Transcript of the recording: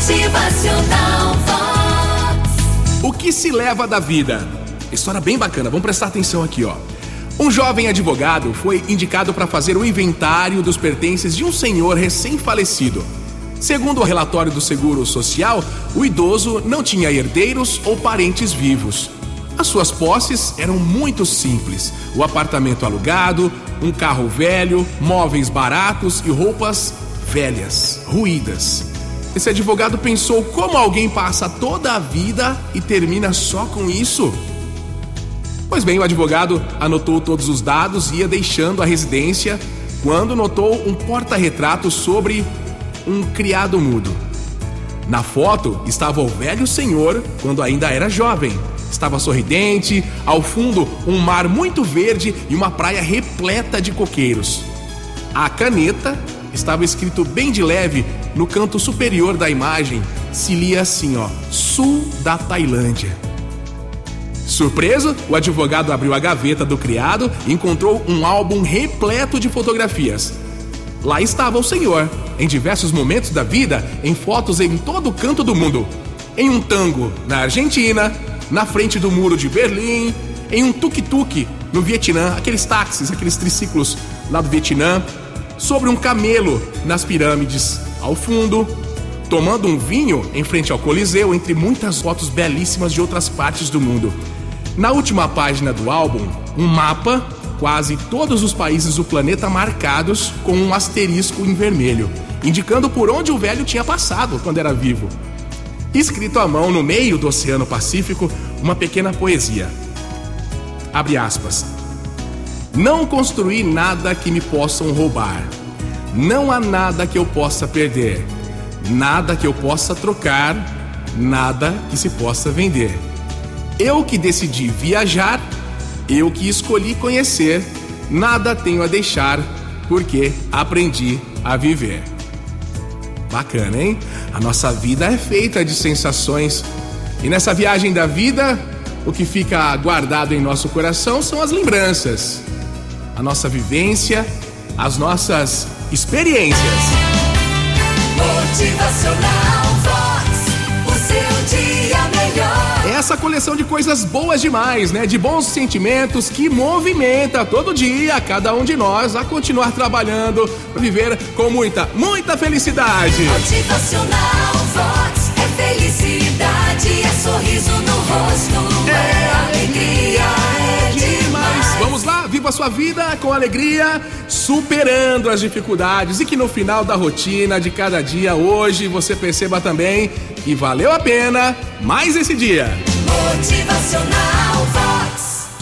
Motivacional Vox. O que se leva da vida? História bem bacana, vamos prestar atenção aqui, ó. Um jovem advogado foi indicado para fazer o inventário dos pertences de um senhor recém-falecido. Segundo o relatório do Seguro Social, o idoso não tinha herdeiros ou parentes vivos. As suas posses eram muito simples: o apartamento alugado, um carro velho, móveis baratos e roupas velhas, ruídas. Esse advogado pensou: como alguém passa toda a vida e termina só com isso? Pois bem, o advogado anotou todos os dados e ia deixando a residência quando notou um porta-retrato sobre um criado mudo. Na foto estava o velho senhor quando ainda era jovem. Estava sorridente, ao fundo um mar muito verde e uma praia repleta de coqueiros. A caneta estava escrito bem de leve no canto superior da imagem, se lia assim, ó: Sul da Tailândia. Surpreso, o advogado abriu a gaveta do criado e encontrou um álbum repleto de fotografias. Lá estava o senhor, em diversos momentos da vida, em fotos em todo o canto do mundo. Em um tango na Argentina, na frente do muro de Berlim, em um tuk-tuk no Vietnã, aqueles táxis, aqueles triciclos lá do Vietnã, sobre um camelo nas pirâmides ao fundo, tomando um vinho em frente ao Coliseu, entre muitas fotos belíssimas de outras partes do mundo. Na última página do álbum, um mapa, quase todos os países do planeta marcados com um asterisco em vermelho, indicando por onde o velho tinha passado quando era vivo. Escrito à mão no meio do Oceano Pacífico, uma pequena poesia. Abre aspas. Não construí nada que me possam roubar. Não há nada que eu possa perder. Nada que eu possa trocar. Nada que se possa vender. Eu que decidi viajar, eu que escolhi conhecer, nada tenho a deixar, porque aprendi a viver. Bacana, hein? A nossa vida é feita de sensações. E nessa viagem da vida, o que fica guardado em nosso coração são as lembranças, a nossa vivência, as nossas experiências. Motivacional Vox, o seu dia melhor. Essa coleção de coisas boas demais, né? De bons sentimentos que movimenta todo dia cada um de nós a continuar trabalhando para viver com muita felicidade. Motivacional Vox é felicidade, é sorriso no rosto, é alegria, é demais. Vamos lá, viva a sua vida com alegria, superando as dificuldades e que no final da rotina de cada dia hoje você perceba também que valeu a pena mais esse dia.